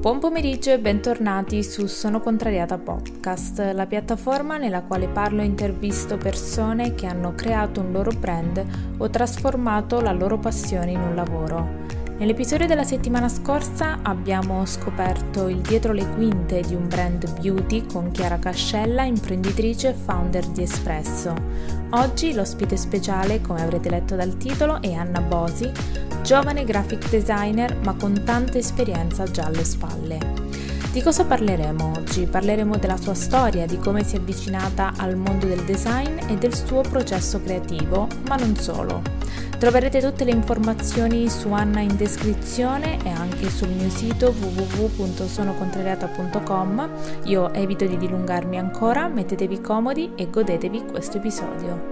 Buon pomeriggio e bentornati su Sono Contrariata Podcast, la piattaforma nella quale parlo e intervisto persone che hanno creato un loro brand o trasformato la loro passione in un lavoro. Nell'episodio della settimana scorsa abbiamo scoperto il dietro le quinte di un brand beauty con Chiara Cascella, imprenditrice e founder di Espresso. Oggi l'ospite speciale, come avrete letto dal titolo, è Anna Bosi, giovane graphic designer ma con tanta esperienza già alle spalle. Di cosa parleremo oggi? Parleremo della sua storia, di come si è avvicinata al mondo del design e del suo processo creativo, ma non solo. Troverete tutte le informazioni su Anna in descrizione e anche sul mio sito www.sonocontrariata.com. Io evito di dilungarmi ancora, mettetevi comodi e godetevi questo episodio.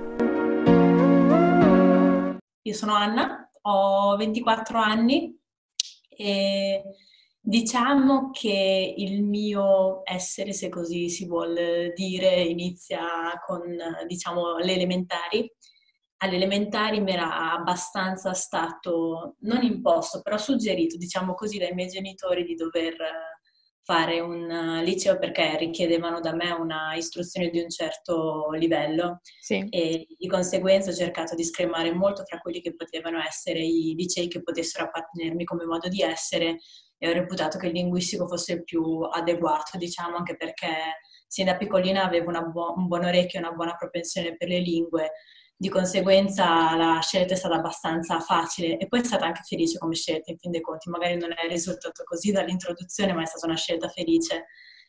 Io sono Anna, ho 24 anni e diciamo che il mio essere, se così si vuol dire, inizia con, le elementari. Alle elementari mi era abbastanza stato, non imposto, però suggerito, diciamo così, dai miei genitori di dover fare un liceo perché richiedevano da me una istruzione di un certo livello. Sì. E di conseguenza ho cercato di scremare molto fra quelli che potevano essere i licei che potessero appartenermi come modo di essere e ho reputato che il linguistico fosse il più adeguato, diciamo, anche perché sin da piccolina avevo un buon orecchio e una buona propensione per le lingue. Di conseguenza la scelta è stata abbastanza facile e poi è stata anche felice come scelta, in fin dei conti. Magari non è risultato così dall'introduzione, ma è stata una scelta felice.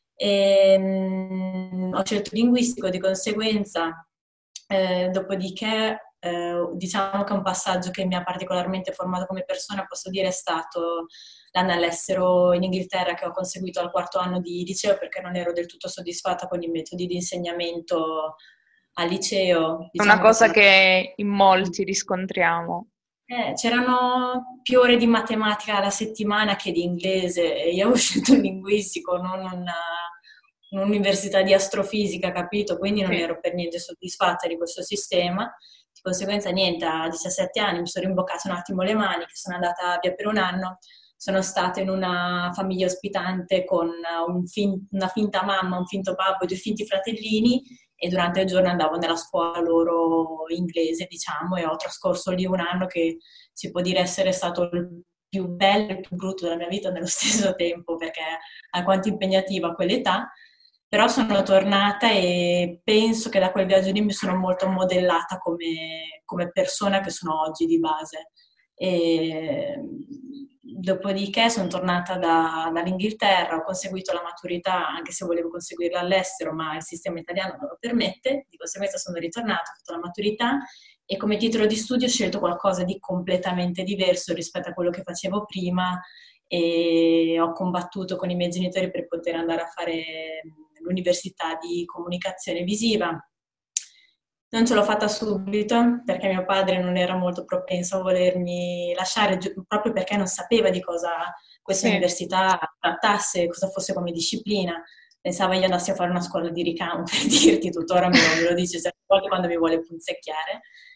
Ho scelto linguistico, di conseguenza, dopodiché diciamo che un passaggio che mi ha particolarmente formato come persona, posso dire, è stato l'anno all'estero in Inghilterra che ho conseguito al quarto anno di liceo perché non ero del tutto soddisfatta con i metodi di insegnamento al liceo. È una cosa che in molti riscontriamo. C'erano più ore di matematica alla settimana che di inglese e io avevo scelto il linguistico, non un'università di astrofisica, capito? Quindi non ero per niente soddisfatta di questo sistema. Di conseguenza niente, a 17 anni mi sono rimboccata un attimo le maniche, sono andata via per un anno, sono stata in una famiglia ospitante con una finta mamma, un finto babbo e due finti fratellini e durante il giorno andavo nella scuola loro inglese, diciamo, e ho trascorso lì un anno che si può dire essere stato il più bello e il più brutto della mia vita nello stesso tempo, perché alquanto impegnativa a quell'età, però sono tornata e penso che da quel viaggio lì mi sono molto modellata come persona che sono oggi di base. E dopodiché sono tornata dall'Inghilterra, ho conseguito la maturità, anche se volevo conseguirla all'estero, ma il sistema italiano non lo permette, di conseguenza sono ritornata, ho fatto la maturità e come titolo di studio ho scelto qualcosa di completamente diverso rispetto a quello che facevo prima e ho combattuto con i miei genitori per poter andare a fare l'università di comunicazione visiva. Non ce l'ho fatta subito perché mio padre non era molto propenso a volermi lasciare, proprio perché non sapeva di cosa questa università trattasse, cosa fosse come disciplina. Pensava io andassi a fare una scuola di ricamo, per dirti, tuttora me lo dice certe volte quando mi vuole punzecchiare.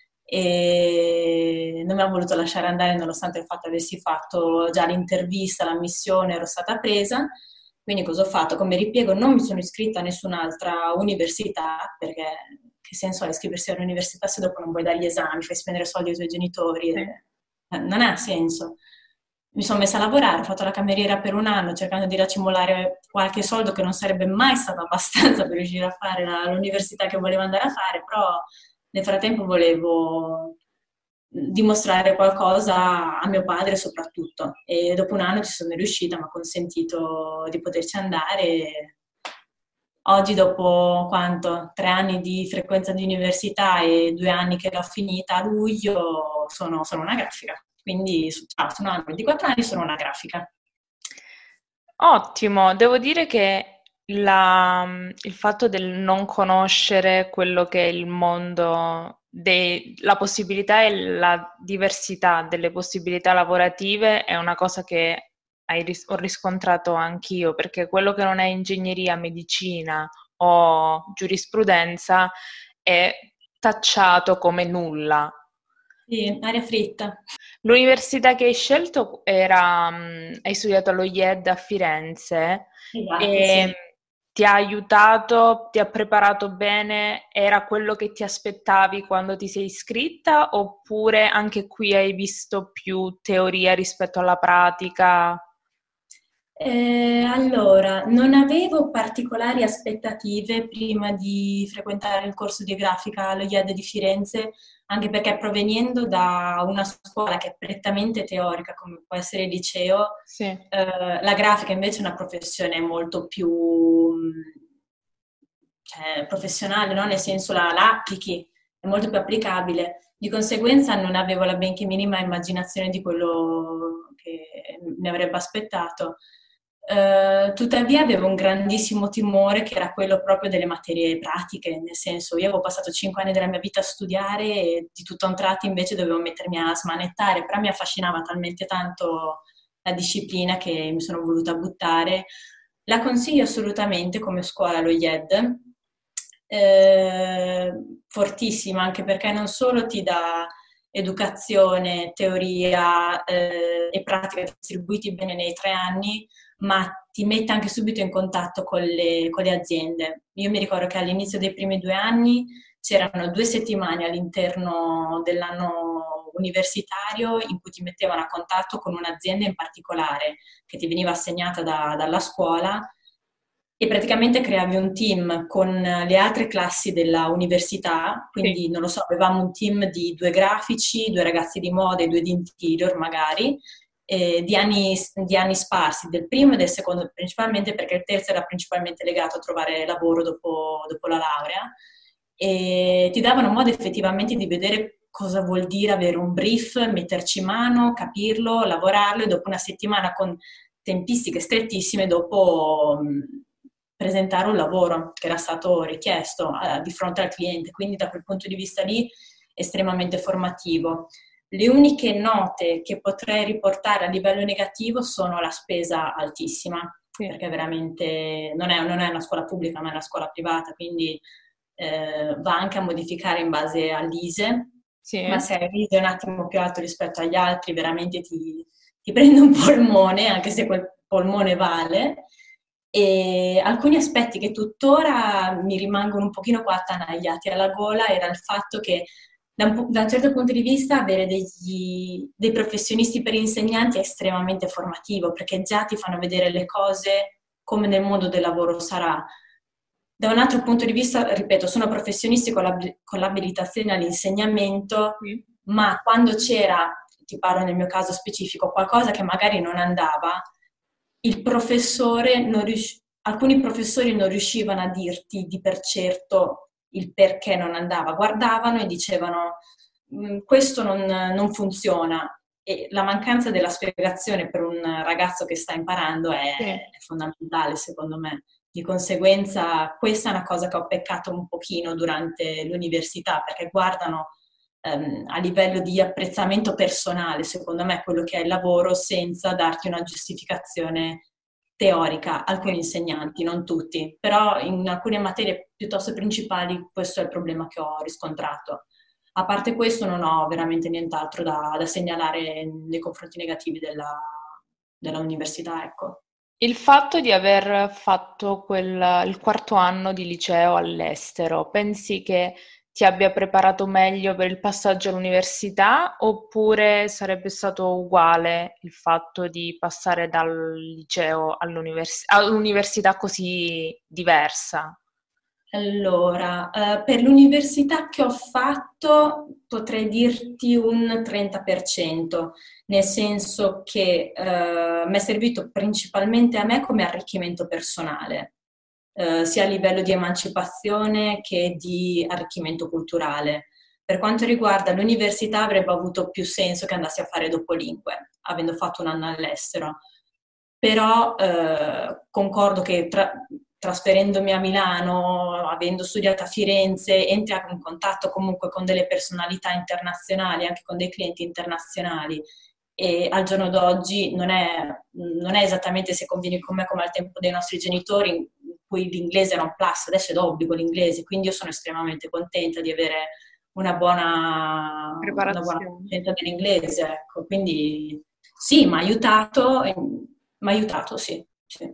E non mi ha voluto lasciare andare nonostante il fatto avessi fatto già l'intervista, l'ammissione, ero stata presa. Quindi cosa ho fatto? Come ripiego non mi sono iscritta a nessun'altra università perché che senso ha iscriversi all'università se dopo non vuoi dare gli esami, fai spendere soldi ai tuoi genitori? Non ha senso. Mi sono messa a lavorare, ho fatto la cameriera per un anno cercando di racimolare qualche soldo che non sarebbe mai stato abbastanza per riuscire a fare l'università che volevo andare a fare, però nel frattempo volevo dimostrare qualcosa a mio padre soprattutto e dopo un anno ci sono riuscita, mi ha consentito di poterci andare. Oggi dopo 3 anni di frequenza di università e 2 anni che l'ho finita a luglio sono una grafica, quindi sono 24 anni, sono una grafica. Ottimo, devo dire che il fatto del non conoscere quello che è il mondo, la possibilità e la diversità delle possibilità lavorative è una cosa che ho riscontrato anch'io, perché quello che non è ingegneria, medicina o giurisprudenza è tacciato come nulla. Sì, aria fritta. L'università che hai scelto era, hai studiato allo IED a Firenze Esatto, e sì. ti ha aiutato, ti ha preparato bene, era quello che ti aspettavi quando ti sei iscritta oppure anche qui hai visto più teoria rispetto alla pratica? Allora, non avevo particolari aspettative prima di frequentare il corso di grafica allo IED di Firenze, anche perché provenendo da una scuola che è prettamente teorica, come può essere il liceo, Sì, la grafica invece è una professione molto più cioè, professionale, no? Nel senso la applichi, è molto più applicabile. Di conseguenza non avevo la benché minima immaginazione di quello che mi avrebbe aspettato. Tuttavia avevo un grandissimo timore che era quello proprio delle materie pratiche, nel senso io avevo passato 5 anni della mia vita a studiare e di tutto a un tratto invece dovevo mettermi a smanettare, però mi affascinava talmente tanto la disciplina che mi sono voluta buttare. La consiglio assolutamente come scuola lo IED, fortissima anche perché non solo ti dà educazione, teoria e pratica distribuiti bene nei 3 anni, ma ti mette anche subito in contatto con le aziende. Io mi ricordo che all'inizio dei primi 2 anni c'erano 2 settimane all'interno dell'anno universitario in cui ti mettevano a contatto con un'azienda in particolare che ti veniva assegnata dalla scuola e praticamente creavi un team con le altre classi della università, sì. quindi non lo so, avevamo un team di 2 grafici, 2 ragazzi di moda e 2 di interior magari, di anni sparsi, del primo e del secondo principalmente, perché il terzo era principalmente legato a trovare lavoro dopo la laurea, e ti davano modo effettivamente di vedere cosa vuol dire avere un brief, metterci mano, capirlo, lavorarlo e dopo una settimana con tempistiche strettissime dopo presentare un lavoro che era stato richiesto di fronte al cliente, quindi da quel punto di vista lì estremamente formativo. Le uniche note che potrei riportare a livello negativo sono la spesa altissima, Sì. perché veramente non è una scuola pubblica, ma è una scuola privata, quindi va anche a modificare in base all'ISE, Sì. ma se l'ISE è un attimo più alto rispetto agli altri, veramente ti prende un polmone, anche se quel polmone vale. E alcuni aspetti che tuttora mi rimangono un pochino qua attanagliati alla gola era il fatto che da un certo punto di vista avere dei professionisti per insegnanti è estremamente formativo perché già ti fanno vedere le cose come nel mondo del lavoro sarà. Da un altro punto di vista, ripeto, sono professionisti con l'abilitazione all'insegnamento, Sì. ma quando c'era, ti parlo nel mio caso specifico, qualcosa che magari non andava, il professore alcuni professori non riuscivano a dirti di per certo il perché non andava, guardavano e dicevano questo non funziona e la mancanza della spiegazione per un ragazzo che sta imparando Sì. è fondamentale secondo me. Di conseguenza questa è una cosa che ho peccato un pochino durante l'università perché guardano a livello di apprezzamento personale, secondo me, quello che è il lavoro senza darti una giustificazione teorica. Alcuni insegnanti, non tutti, però in alcune materie piuttosto principali questo è il problema che ho riscontrato. A parte questo non ho veramente nient'altro da segnalare nei confronti negativi della università, ecco. Il fatto di aver fatto il quarto anno di liceo all'estero, pensi che ti abbia preparato meglio per il passaggio all'università oppure sarebbe stato uguale il fatto di passare dal liceo all'università così diversa? Allora, per l'università che ho fatto potrei dirti un 30%, nel senso che mi è servito principalmente a me come arricchimento personale, sia a livello di emancipazione che di arricchimento culturale. Per quanto riguarda l'università avrebbe avuto più senso che andassi a fare dopolingue, avendo fatto un anno all'estero. Però concordo che trasferendomi a Milano, avendo studiato a Firenze, entri in contatto comunque con delle personalità internazionali, anche con dei clienti internazionali. E al giorno d'oggi non è esattamente se convieni con me come al tempo dei nostri genitori, in cui l'inglese era un plus, adesso è d'obbligo l'inglese, quindi io sono estremamente contenta di avere una buona Preparazione. conoscenza dell'inglese, ecco. Quindi sì, mi ha aiutato, sì, sì.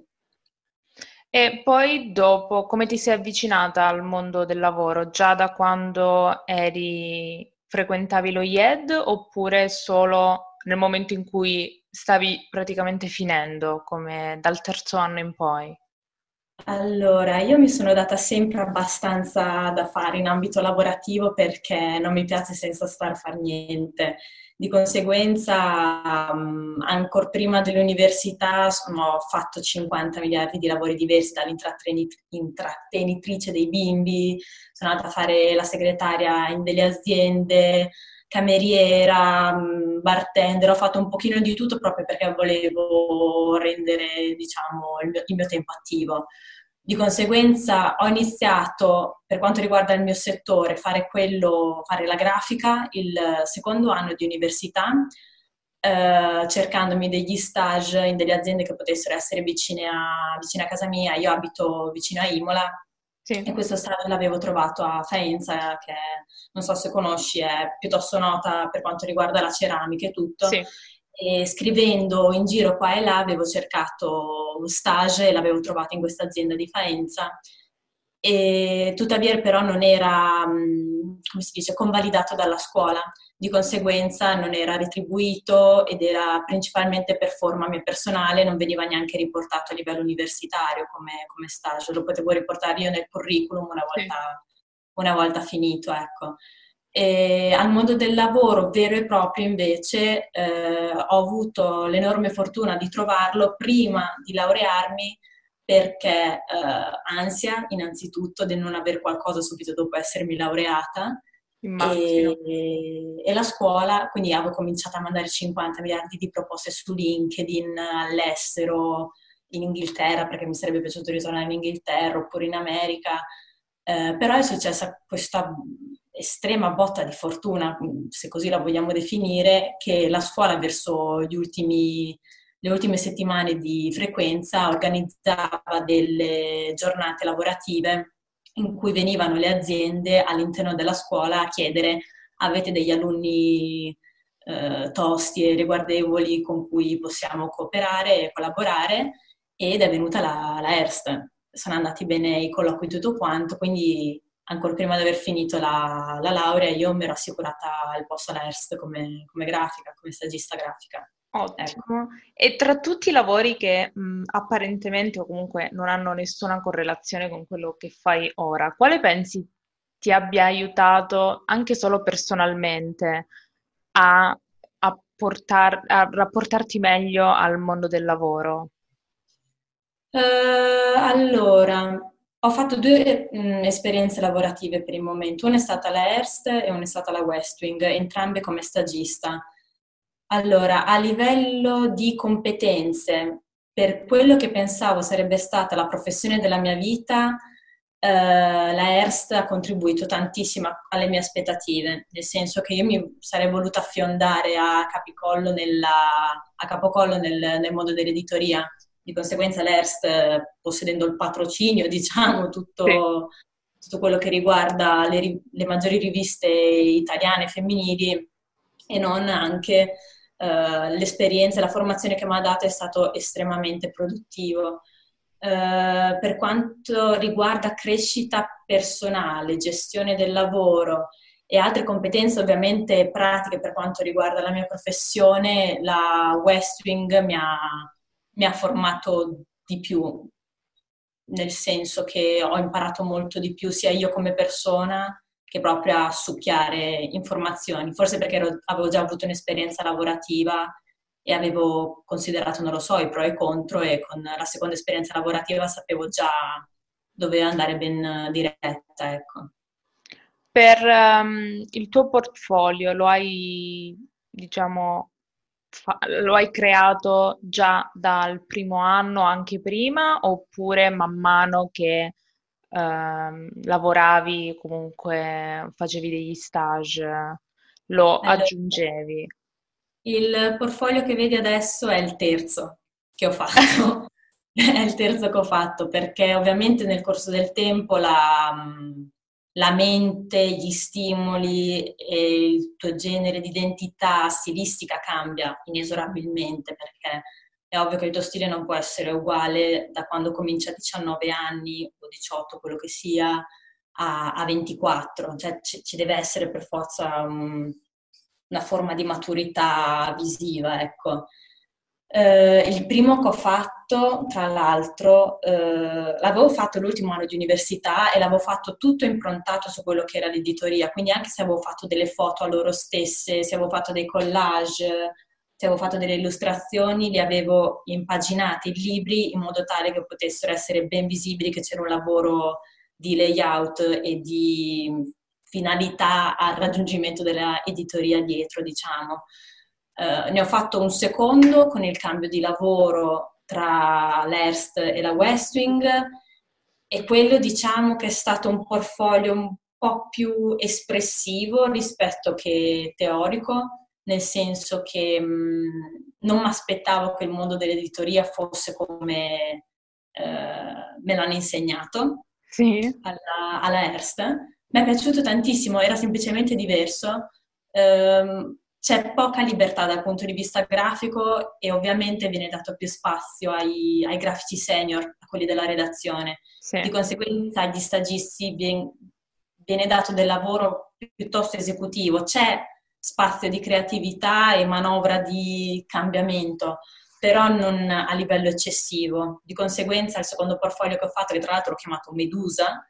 E poi dopo, come ti sei avvicinata al mondo del lavoro? Già da quando frequentavi lo IED oppure solo nel momento in cui stavi praticamente finendo, come dal terzo anno in poi? Allora, io mi sono data sempre abbastanza da fare in ambito lavorativo perché non mi piace senza star a far niente. Di conseguenza, ancora prima dell'università, ho fatto 50 miliardi di lavori diversi, dall'intrattenitrice dei bimbi, sono andata a fare la segretaria in delle aziende, cameriera, bartender, ho fatto un pochino di tutto proprio perché volevo rendere, diciamo, il mio tempo attivo. Di conseguenza ho iniziato, per quanto riguarda il mio settore, fare la grafica il secondo anno di università, cercandomi degli stage in delle aziende che potessero essere vicine a casa mia. Io abito vicino a Imola e Sì, questo stage l'avevo trovato a Faenza, che non so se conosci, è piuttosto nota per quanto riguarda la ceramica e tutto. sì. E scrivendo in giro qua e là avevo cercato un stage e l'avevo trovato in questa azienda di Faenza. E tuttavia però non era, come si dice, convalidato dalla scuola, di conseguenza non era retribuito ed era principalmente per forma mia personale, non veniva neanche riportato a livello universitario come stage, lo potevo riportare io nel curriculum Sì. una volta finito, ecco. E al mondo del lavoro vero e proprio invece ho avuto l'enorme fortuna di trovarlo prima di laurearmi perché ansia innanzitutto di non avere qualcosa subito dopo essermi laureata Immagino. e la scuola, quindi avevo cominciato a mandare 50 miliardi di proposte su LinkedIn all'estero, in Inghilterra perché mi sarebbe piaciuto ritornare in Inghilterra oppure in America. Però è successa questa estrema botta di fortuna, se così la vogliamo definire, che la scuola verso le ultime settimane di frequenza organizzava delle giornate lavorative in cui venivano le aziende all'interno della scuola a chiedere: avete degli alunni tosti e riguardevoli con cui possiamo cooperare e collaborare? Ed è venuta la ERST. Sono andati bene i colloqui e tutto quanto, quindi ancora prima di aver finito la laurea io mi ero assicurata il posto alla ERST come grafica, come stagista grafica. Ecco. Ottimo. E tra tutti i lavori che apparentemente o comunque non hanno nessuna correlazione con quello che fai ora, quale pensi ti abbia aiutato anche solo personalmente a, a rapportarti meglio al mondo del lavoro? Allora, ho fatto due esperienze lavorative per il momento. Una è stata la Hearst e una è stata la Westwing, entrambe come stagista. Allora, a livello di competenze, per quello che pensavo sarebbe stata la professione della mia vita, la Hearst ha contribuito tantissimo alle mie aspettative, nel senso che io mi sarei voluta affiondare a capocollo nel mondo dell'editoria. Di conseguenza l'Hearst, possedendo il patrocinio, diciamo, Sì. tutto quello che riguarda le maggiori riviste italiane femminili e non anche l'esperienza e la formazione che mi ha dato è stato estremamente produttivo. Per quanto riguarda crescita personale, gestione del lavoro e altre competenze ovviamente pratiche per quanto riguarda la mia professione, la Westwing mi ha formato di più, nel senso che ho imparato molto di più sia io come persona che proprio a succhiare informazioni, forse perché avevo già avuto un'esperienza lavorativa e avevo considerato, non lo so, i pro e i contro e con la seconda esperienza lavorativa sapevo già dove andare ben diretta, ecco. Per il tuo portfolio lo hai, diciamo, lo hai creato già dal primo anno, anche prima, oppure man mano che lavoravi, comunque facevi degli stage, lo Allora, aggiungevi? il portfolio che vedi adesso è il terzo che ho fatto, è il terzo che ho fatto perché ovviamente nel corso del tempo la mente, gli stimoli e il tuo genere di identità stilistica cambia inesorabilmente, perché è ovvio che il tuo stile non può essere uguale da quando cominci a 19 anni o 18, quello che sia, a 24, cioè ci deve essere per forza una forma di maturità visiva, ecco. Il primo che ho fatto, tra l'altro, l'avevo fatto l'ultimo anno di università e l'avevo fatto tutto improntato su quello che era l'editoria, quindi anche se avevo fatto delle foto a loro stesse, se avevo fatto dei collage, se avevo fatto delle illustrazioni, li avevo impaginati i libri in modo tale che potessero essere ben visibili, che c'era un lavoro di layout e di finalità al raggiungimento della editoria dietro, diciamo. Ne ho fatto un secondo con il cambio di lavoro tra l'Hearst e la Westwing e quello diciamo che è stato un portfolio un po' più espressivo rispetto che teorico, nel senso che non mi aspettavo che il mondo dell'editoria fosse come me l'hanno insegnato Sì. alla Hearst. Mi è piaciuto tantissimo, era semplicemente diverso. C'è poca libertà dal punto di vista grafico e ovviamente viene dato più spazio ai grafici senior, a quelli della redazione. Sì. Di conseguenza agli stagisti viene dato del lavoro piuttosto esecutivo. C'è spazio di creatività e manovra di cambiamento, però non a livello eccessivo. Di conseguenza il secondo portfolio che ho fatto, che tra l'altro l'ho chiamato Medusa,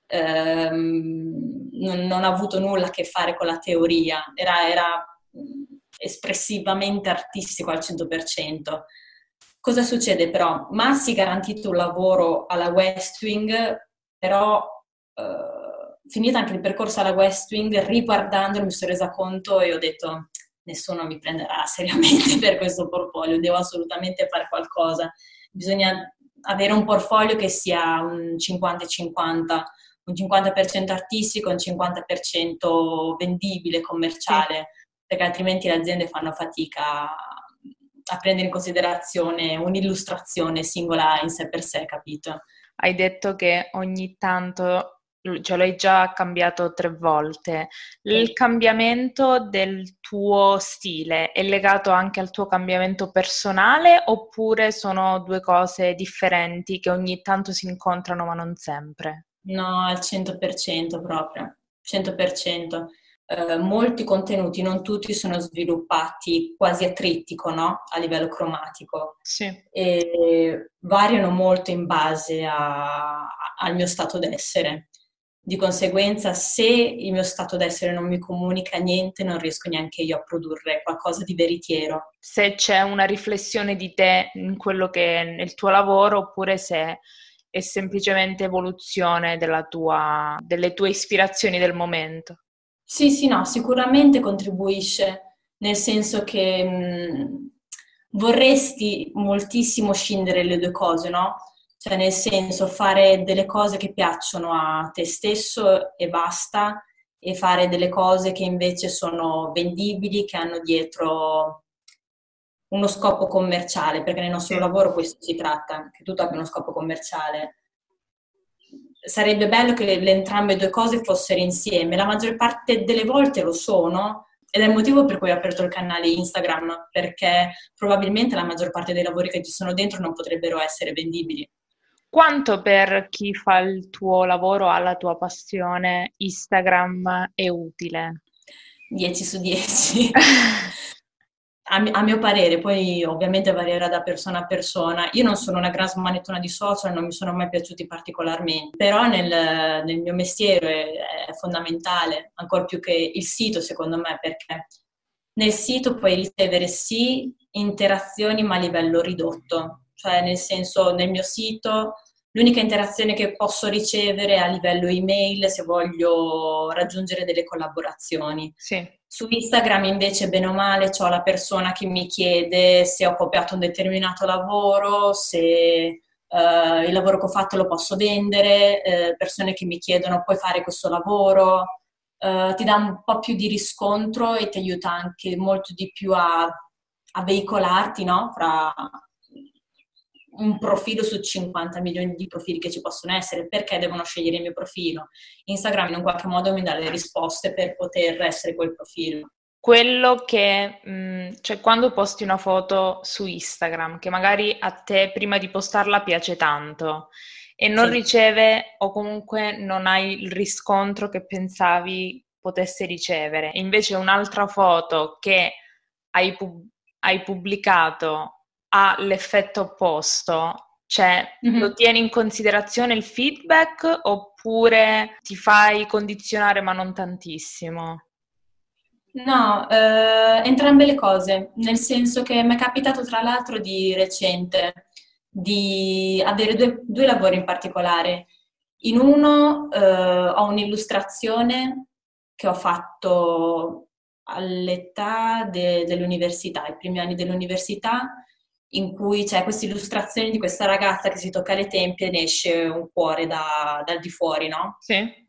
non ha avuto nulla a che fare con la teoria, era espressivamente artistico al 100%. Cosa succede però? Massi garantito un lavoro alla Westwing, però finito anche il percorso alla Westwing, riguardandolo mi sono resa conto e ho detto nessuno mi prenderà seriamente per questo portfolio, devo assolutamente fare qualcosa. Bisogna avere un portfolio che sia un 50-50, un 50% artistico, un 50% vendibile, commerciale, perché altrimenti le aziende fanno fatica a prendere in considerazione un'illustrazione singola in sé per sé, capito? Hai detto che ogni tanto, cioè lo hai già cambiato 3 volte. Il Sì. cambiamento del tuo stile è legato anche al tuo cambiamento personale oppure sono 2 cose differenti che ogni tanto si incontrano ma non sempre? No, al 100% proprio, 100%. Molti contenuti, non tutti, sono sviluppati quasi a trittico, no? A livello cromatico. Sì. E variano molto in base al mio stato d'essere. Di conseguenza, se il mio stato d'essere non mi comunica niente, non riesco neanche io a produrre qualcosa di veritiero. Se c'è una riflessione di te in quello che è nel tuo lavoro oppure se è semplicemente evoluzione delle tue ispirazioni del momento. Sì, sì, no, sicuramente contribuisce, nel senso che vorresti moltissimo scindere le due cose, no? Cioè, nel senso, fare delle cose che piacciono a te stesso e basta, e fare delle cose che invece sono vendibili, che hanno dietro uno scopo commerciale, perché nel nostro Sì. lavoro questo si tratta, che tutto abbia uno scopo commerciale. Sarebbe bello che entrambe le due cose fossero insieme, la maggior parte delle volte lo sono, ed è il motivo per cui ho aperto il canale Instagram, perché probabilmente la maggior parte dei lavori che ci sono dentro non potrebbero essere vendibili. Quanto per chi fa il tuo lavoro, ha la tua passione, Instagram è utile? 10 su 10. A mio parere, poi ovviamente varierà da persona a persona. Io non sono una gran smanettona di social, non mi sono mai piaciuti particolarmente, però nel mio mestiere è fondamentale, ancora più che il sito secondo me, perché nel sito puoi ricevere sì interazioni ma a livello ridotto, cioè nel senso nel mio sito l'unica interazione che posso ricevere è a livello email se voglio raggiungere delle collaborazioni. Sì. Su Instagram invece, bene o male, c'ho la persona che mi chiede se ho copiato un determinato lavoro, se il lavoro che ho fatto lo posso vendere, persone che mi chiedono puoi fare questo lavoro, ti dà un po' più di riscontro e ti aiuta anche molto di più a veicolarti, no? un profilo su 50 milioni di profili che ci possono essere, perché devono scegliere il mio profilo? Instagram in un qualche modo mi dà le risposte per poter essere quel profilo. Quello che, cioè quando posti una foto su Instagram, che magari a te prima di postarla piace tanto e non Sì. riceve o comunque non hai il riscontro che pensavi potesse ricevere, e invece un'altra foto che hai pubblicato ha l'effetto opposto, cioè lo Mhm. tieni in considerazione il feedback oppure ti fai condizionare ma non tantissimo? No, entrambe le cose, nel senso che mi è capitato tra l'altro di recente di avere due lavori in particolare. In uno ho un'illustrazione che ho fatto all'età dell'università, i primi anni dell'università, in cui c'è questa illustrazione di questa ragazza che si tocca le tempie e ne esce un cuore dal di fuori, no? Sì.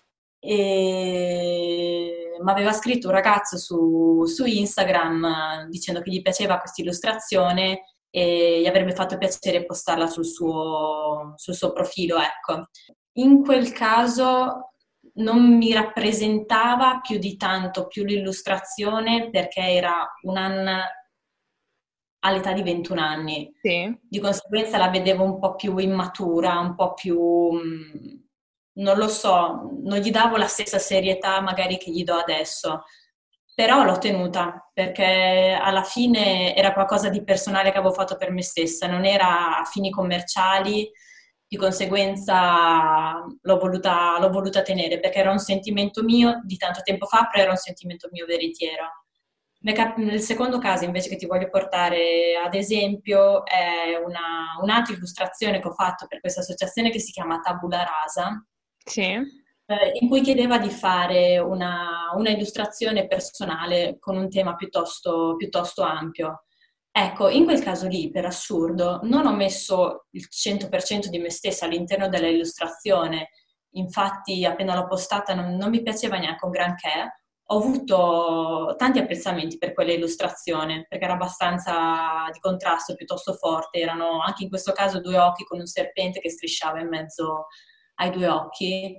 E mi aveva scritto un ragazzo su Instagram dicendo che gli piaceva questa illustrazione e gli avrebbe fatto piacere postarla sul suo profilo, ecco. In quel caso non mi rappresentava più di tanto più l'illustrazione perché era un all'età di 21 anni. Sì. Di conseguenza la vedevo un po' più immatura, un po' più, non lo so, non gli davo la stessa serietà magari che gli do adesso. Però l'ho tenuta perché alla fine era qualcosa di personale che avevo fatto per me stessa, non era a fini commerciali, di conseguenza l'ho voluta tenere perché era un sentimento mio di tanto tempo fa, però era un sentimento mio veritiero. Nel secondo caso, invece, che ti voglio portare ad esempio, è un'altra illustrazione che ho fatto per questa associazione che si chiama Tabula Rasa, Sì. in cui chiedeva di fare una illustrazione personale con un tema piuttosto ampio. Ecco, in quel caso lì, per assurdo, non ho messo il 100% di me stessa all'interno della illustrazione, infatti appena l'ho postata non mi piaceva neanche un granché, ho avuto tanti apprezzamenti per quella illustrazione, perché era abbastanza di contrasto, piuttosto forte, erano anche in questo caso due occhi con un serpente che strisciava in mezzo ai due occhi.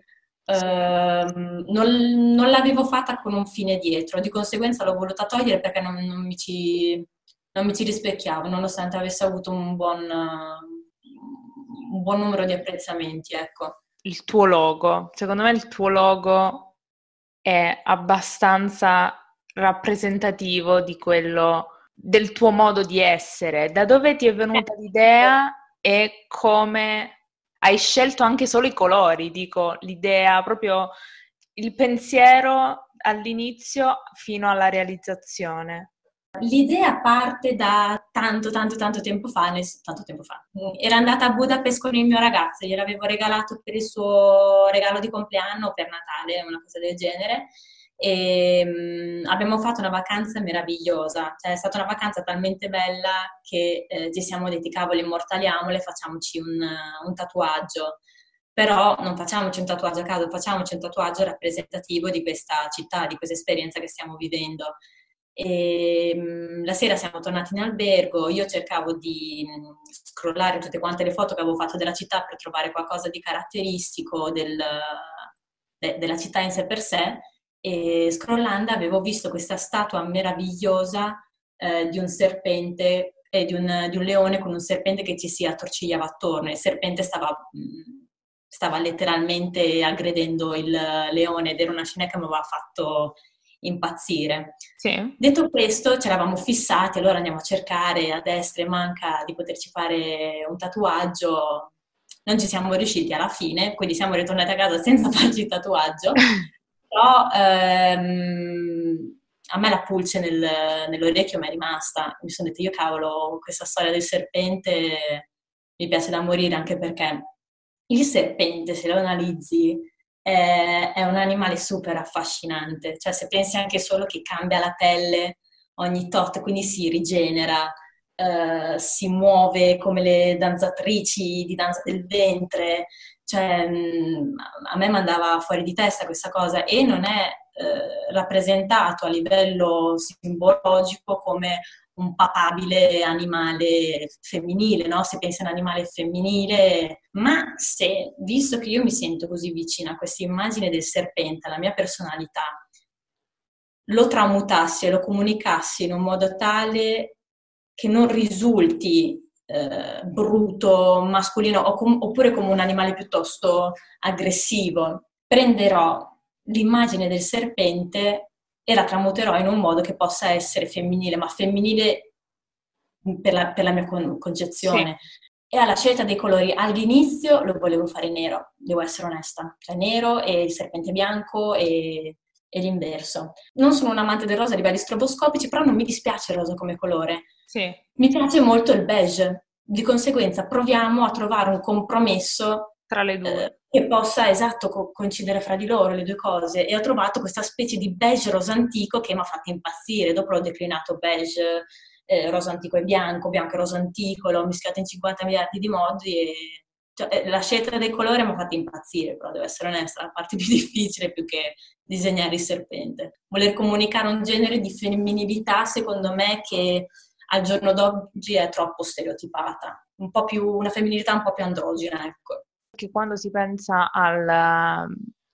Non l'avevo fatta con un fine dietro, di conseguenza l'ho voluta togliere perché non mi ci rispecchiavo, nonostante avesse avuto un buon numero di apprezzamenti, ecco. Il tuo logo, secondo me il tuo logo è abbastanza rappresentativo di quello, del tuo modo di essere. Da dove ti è venuta l'idea e come hai scelto anche solo i colori, dico, l'idea, proprio il pensiero all'inizio fino alla realizzazione. L'idea parte da tanto, tanto, tanto tempo fa, tanto tempo fa. Era andata a Budapest con il mio ragazzo, gliel'avevo regalato per il suo regalo di compleanno o per Natale, una cosa del genere. E abbiamo fatto una vacanza meravigliosa, cioè è stata una vacanza talmente bella che ci siamo detti, cavolo, immortaliamole, facciamoci un tatuaggio. Però non facciamoci un tatuaggio a caso, facciamoci un tatuaggio rappresentativo di questa città, di questa esperienza che stiamo vivendo. E la sera siamo tornati in albergo, io cercavo di scrollare tutte quante le foto che avevo fatto della città per trovare qualcosa di caratteristico della città in sé per sé e scrollando avevo visto questa statua meravigliosa di un serpente e di un leone con un serpente che ci si attorcigliava attorno. Il serpente stava letteralmente aggredendo il leone ed era una scena che mi aveva fatto impazzire. Sì. Detto questo, ci eravamo fissati, allora andiamo a cercare a destra e manca di poterci fare un tatuaggio. Non ci siamo riusciti alla fine, quindi siamo ritornati a casa senza farci il tatuaggio. Però a me la pulce nell'orecchio mi è rimasta. Mi sono detta, io cavolo, questa storia del serpente mi piace da morire, anche perché il serpente, se lo analizzi, è un animale super affascinante. Cioè, se pensi anche solo che cambia la pelle ogni tot, quindi si rigenera, si muove come le danzatrici di danza del ventre, cioè a me mandava fuori di testa questa cosa e non è rappresentato a livello simbologico come un papabile animale femminile, no? Se pensi a un animale femminile, ma se, visto che io mi sento così vicina a questa immagine del serpente, alla mia personalità, lo tramutassi e lo comunicassi in un modo tale che non risulti bruto, mascolino, oppure come un animale piuttosto aggressivo, prenderò l'immagine del serpente e la tramuterò in un modo che possa essere femminile, ma femminile per la mia concezione. Sì. E alla scelta dei colori, all'inizio lo volevo fare nero, devo essere onesta, cioè nero e il serpente bianco e l'inverso. Non sono un amante del rosa a livelli stroboscopici, però non mi dispiace il rosa come colore. Sì. Mi piace molto il beige, di conseguenza proviamo a trovare un compromesso tra le due. Che possa, esatto, coincidere fra di loro le due cose. E ho trovato questa specie di beige rosa antico che mi ha fatto impazzire. Dopo l'ho declinato beige, rosa antico e bianco e rosa antico, l'ho mischiato in 50 miliardi di modi e cioè, la scelta del colore mi ha fatto impazzire, però devo essere onesta, la parte più difficile più che disegnare il serpente. Voler comunicare un genere di femminilità, secondo me, che al giorno d'oggi è troppo stereotipata, una femminilità un po' più androgina, ecco. Che quando si pensa alla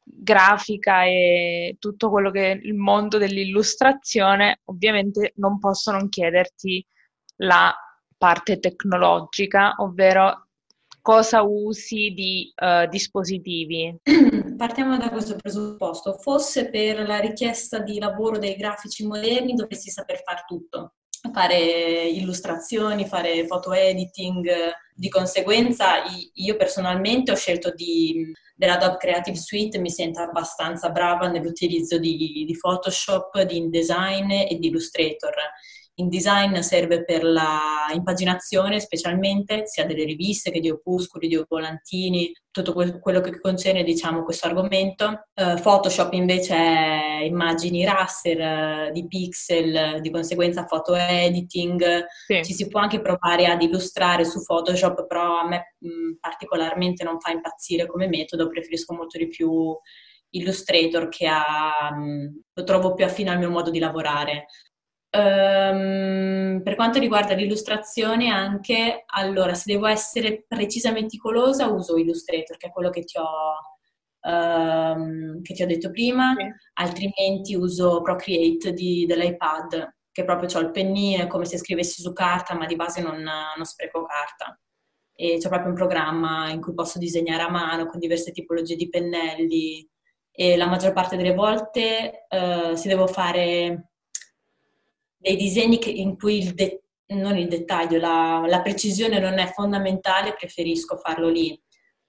grafica e tutto quello che è il mondo dell'illustrazione, ovviamente non posso non chiederti la parte tecnologica, ovvero cosa usi di dispositivi. Partiamo da questo presupposto. Fosse per la richiesta di lavoro dei grafici moderni, dovresti saper fare tutto. Fare illustrazioni, fare photo editing, di conseguenza io personalmente ho scelto dell'Adobe Creative Suite, mi sento abbastanza brava nell'utilizzo di Photoshop, di InDesign e di Illustrator. InDesign serve per la impaginazione specialmente, sia delle riviste che di opuscoli, di volantini, tutto quello che concerne, diciamo, questo argomento. Photoshop invece è immagini raster, di pixel, di conseguenza photo editing. Sì. Ci si può anche provare ad illustrare su Photoshop, però a me particolarmente non fa impazzire come metodo, preferisco molto di più Illustrator che lo trovo più affine al mio modo di lavorare. Per quanto riguarda l'illustrazione anche, allora se devo essere precisa e meticolosa uso Illustrator, che è quello che ti ho detto prima, Sì. Altrimenti uso Procreate dell'iPad, che proprio ho il pennino, è come se scrivessi su carta, ma di base non spreco carta. E c'è proprio un programma in cui posso disegnare a mano con diverse tipologie di pennelli e la maggior parte delle volte se devo fare dei disegni in cui non il dettaglio, la precisione non è fondamentale, preferisco farlo lì.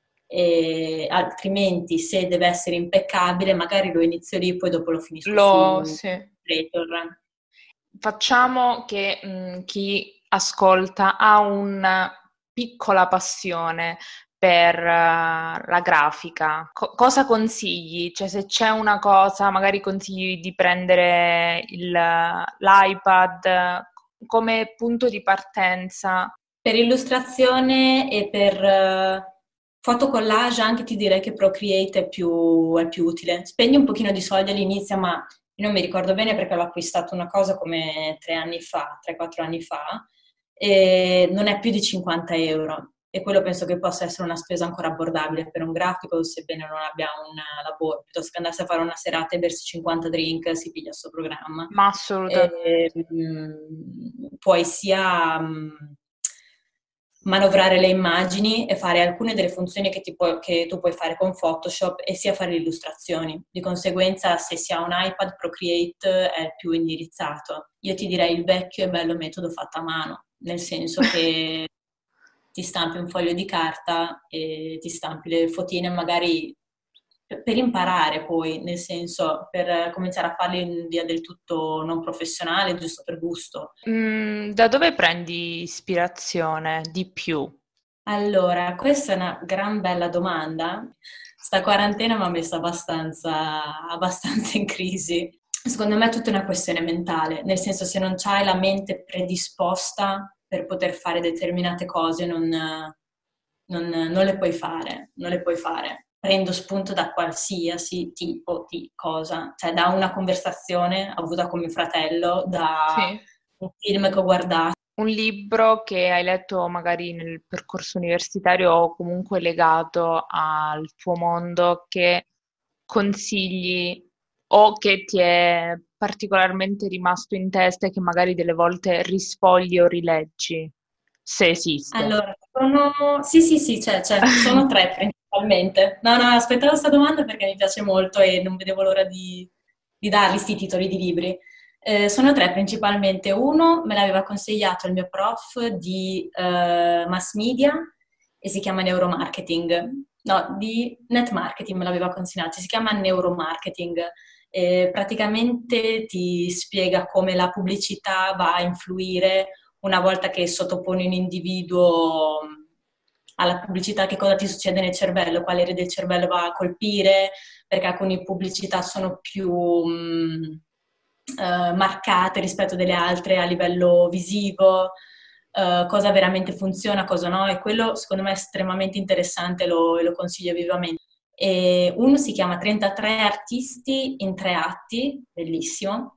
Altrimenti, se deve essere impeccabile, magari lo inizio lì, poi dopo lo finisco su Illustrator. Facciamo che chi ascolta ha una piccola passione per la grafica. Cosa consigli? Cioè, se c'è una cosa, magari consigli di prendere l'iPad come punto di partenza? Per illustrazione e per fotocollage anche ti direi che Procreate è più utile. Spendi un pochino di soldi all'inizio, ma io non mi ricordo bene perché l'ho acquistato una cosa come 3-4 anni fa, e non è più di 50 euro. E quello penso che possa essere una spesa ancora abbordabile per un grafico, sebbene non abbia un lavoro. Piuttosto che andarsi a fare una serata e bersi 50 drink, si piglia sto programma. Ma assolutamente. Puoi sia manovrare le immagini e fare alcune delle funzioni che tu puoi fare con Photoshop e sia fare le illustrazioni. Di conseguenza, se si ha un iPad, Procreate è più indirizzato. Io ti direi il vecchio e bello metodo fatto a mano, nel senso che ti stampi un foglio di carta e ti stampi le fotine magari per imparare poi, nel senso per cominciare a farle in via del tutto non professionale, giusto per gusto. Da dove prendi ispirazione di più? Allora, questa è una gran bella domanda. Sta quarantena mi ha messo abbastanza in crisi. Secondo me è tutta una questione mentale, nel senso se non c'hai la mente predisposta per poter fare determinate cose non le puoi fare, prendo spunto da qualsiasi tipo di cosa, cioè da una conversazione avuta con mio fratello, da Sì. un film che ho guardato. Un libro che hai letto magari nel percorso universitario o comunque legato al tuo mondo che consigli o che ti è particolarmente rimasto in testa e che magari delle volte risfogli o rileggi, se esiste. Allora, sì, sono tre principalmente. No, aspettavo questa domanda perché mi piace molto e non vedevo l'ora di dargli questi titoli di libri. Sono tre principalmente. Uno me l'aveva consigliato il mio prof di mass media e si chiama neuromarketing. No, di net marketing me l'aveva consigliato, si chiama neuromarketing. Praticamente ti spiega come la pubblicità va a influire una volta che sottoponi un individuo alla pubblicità, che cosa ti succede nel cervello, quale area del cervello va a colpire, perché alcune pubblicità sono più marcate rispetto delle altre a livello visivo, cosa veramente funziona, cosa no, e quello secondo me è estremamente interessante e lo consiglio vivamente. E uno si chiama 33 artisti in 3 atti, bellissimo.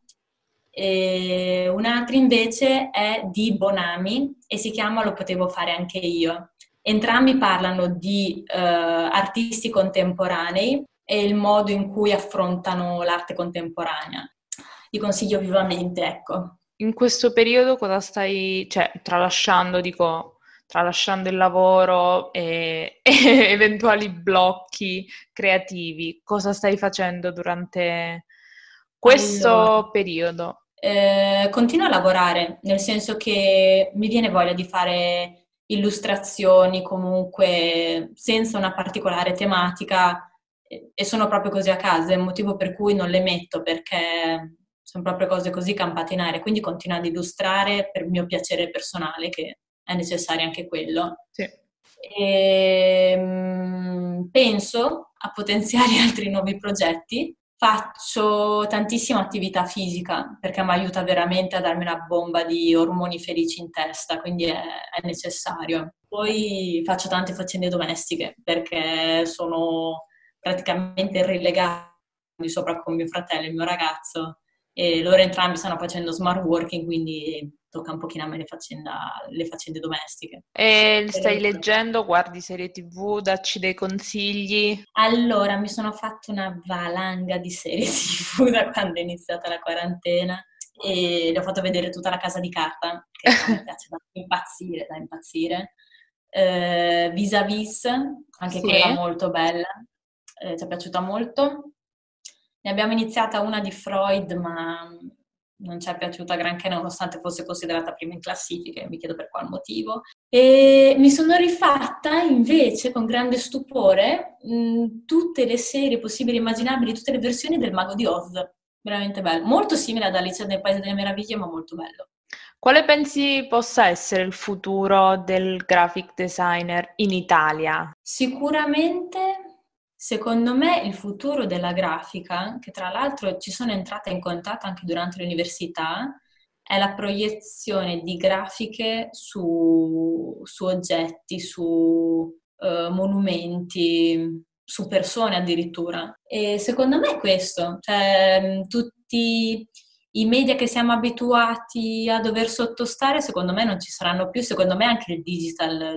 E un altro invece è di Bonami e si chiama Lo potevo fare anche io. Entrambi parlano di artisti contemporanei e il modo in cui affrontano l'arte contemporanea. Li consiglio vivamente, ecco. In questo periodo cosa stai, cioè, tralasciando, dico, tralasciando il lavoro e, e eventuali blocchi creativi, cosa stai facendo durante Allora, questo periodo? continuo a lavorare, nel senso che mi viene voglia di fare illustrazioni comunque senza una particolare tematica e sono proprio così a casa, è il motivo per cui non le metto perché sono proprio cose così campate in aria, quindi continuo ad illustrare per il mio piacere personale, che è necessario anche quello. Sì. E, penso a potenziare altri nuovi progetti. Faccio tantissima attività fisica perché mi aiuta veramente a darmi una bomba di ormoni felici in testa, quindi è necessario. Poi faccio tante faccende domestiche perché sono praticamente relegata di sopra con mio fratello e il mio ragazzo e loro entrambi stanno facendo smart working, quindi tocca un pochino a me le faccende domestiche. E stai leggendo, guardi serie TV, dacci dei consigli. Allora, mi sono fatto una valanga di serie TV da quando è iniziata la quarantena e le ho fatto vedere tutta La Casa di Carta, che a me piace da impazzire, da impazzire. Vis-a-Vis, anche Sì. quella molto bella, ci è piaciuta molto. Ne abbiamo iniziata una di Freud, ma non ci è piaciuta granché, nonostante fosse considerata prima in classifica, e mi chiedo per qual motivo. E mi sono rifatta invece con grande stupore tutte le serie possibili e immaginabili, tutte le versioni del Mago di Oz. Veramente bello. Molto simile ad Alice nel Paese delle Meraviglie, ma molto bello. Quale pensi possa essere il futuro del graphic designer in Italia? Sicuramente, secondo me, il futuro della grafica, che tra l'altro ci sono entrata in contatto anche durante l'università, è la proiezione di grafiche su oggetti, su monumenti, su persone addirittura. E secondo me è questo, cioè tutti i media che siamo abituati a dover sottostare, secondo me non ci saranno più, secondo me anche il digital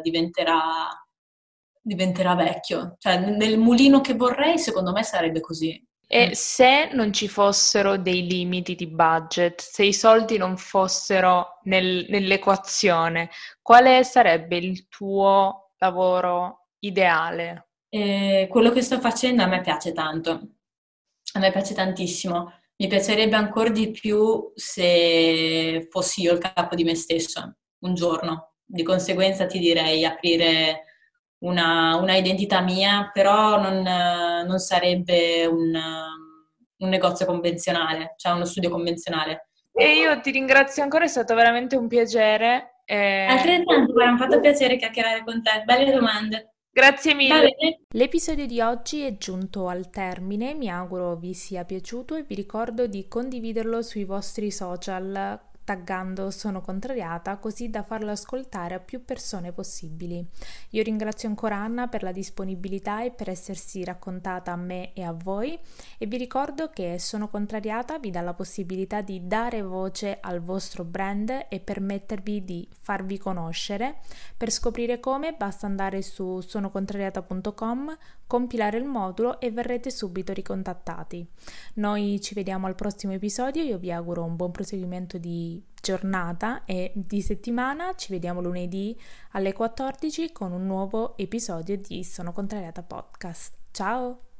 diventerà vecchio. Cioè nel mulino che vorrei, secondo me sarebbe così. E se non ci fossero dei limiti di budget, se i soldi non fossero nell'equazione, quale sarebbe il tuo lavoro ideale? Quello che sto facendo a me piace tanto, a me piace tantissimo. Mi piacerebbe ancora di più se fossi io il capo di me stesso, un giorno. Di conseguenza ti direi aprire una identità mia, però non sarebbe un negozio convenzionale, cioè uno studio convenzionale. E io ti ringrazio ancora, è stato veramente un piacere. Altrettanto, guarda, mi ha fatto piacere chiacchierare con te. Belle domande. Grazie Va mille. bene. L'episodio di oggi è giunto al termine, mi auguro vi sia piaciuto e vi ricordo di condividerlo sui vostri social taggando Sono Contrariata così da farlo ascoltare a più persone possibili. Io ringrazio ancora Anna per la disponibilità e per essersi raccontata a me e a voi e vi ricordo che Sono Contrariata vi dà la possibilità di dare voce al vostro brand e permettervi di farvi conoscere. Per scoprire come basta andare su sonocontrariata.com, compilare il modulo e verrete subito ricontattati. Noi ci vediamo al prossimo episodio, io vi auguro un buon proseguimento di giornata e di settimana. Ci vediamo lunedì alle 14 con un nuovo episodio di Sono Contrariata Podcast. Ciao!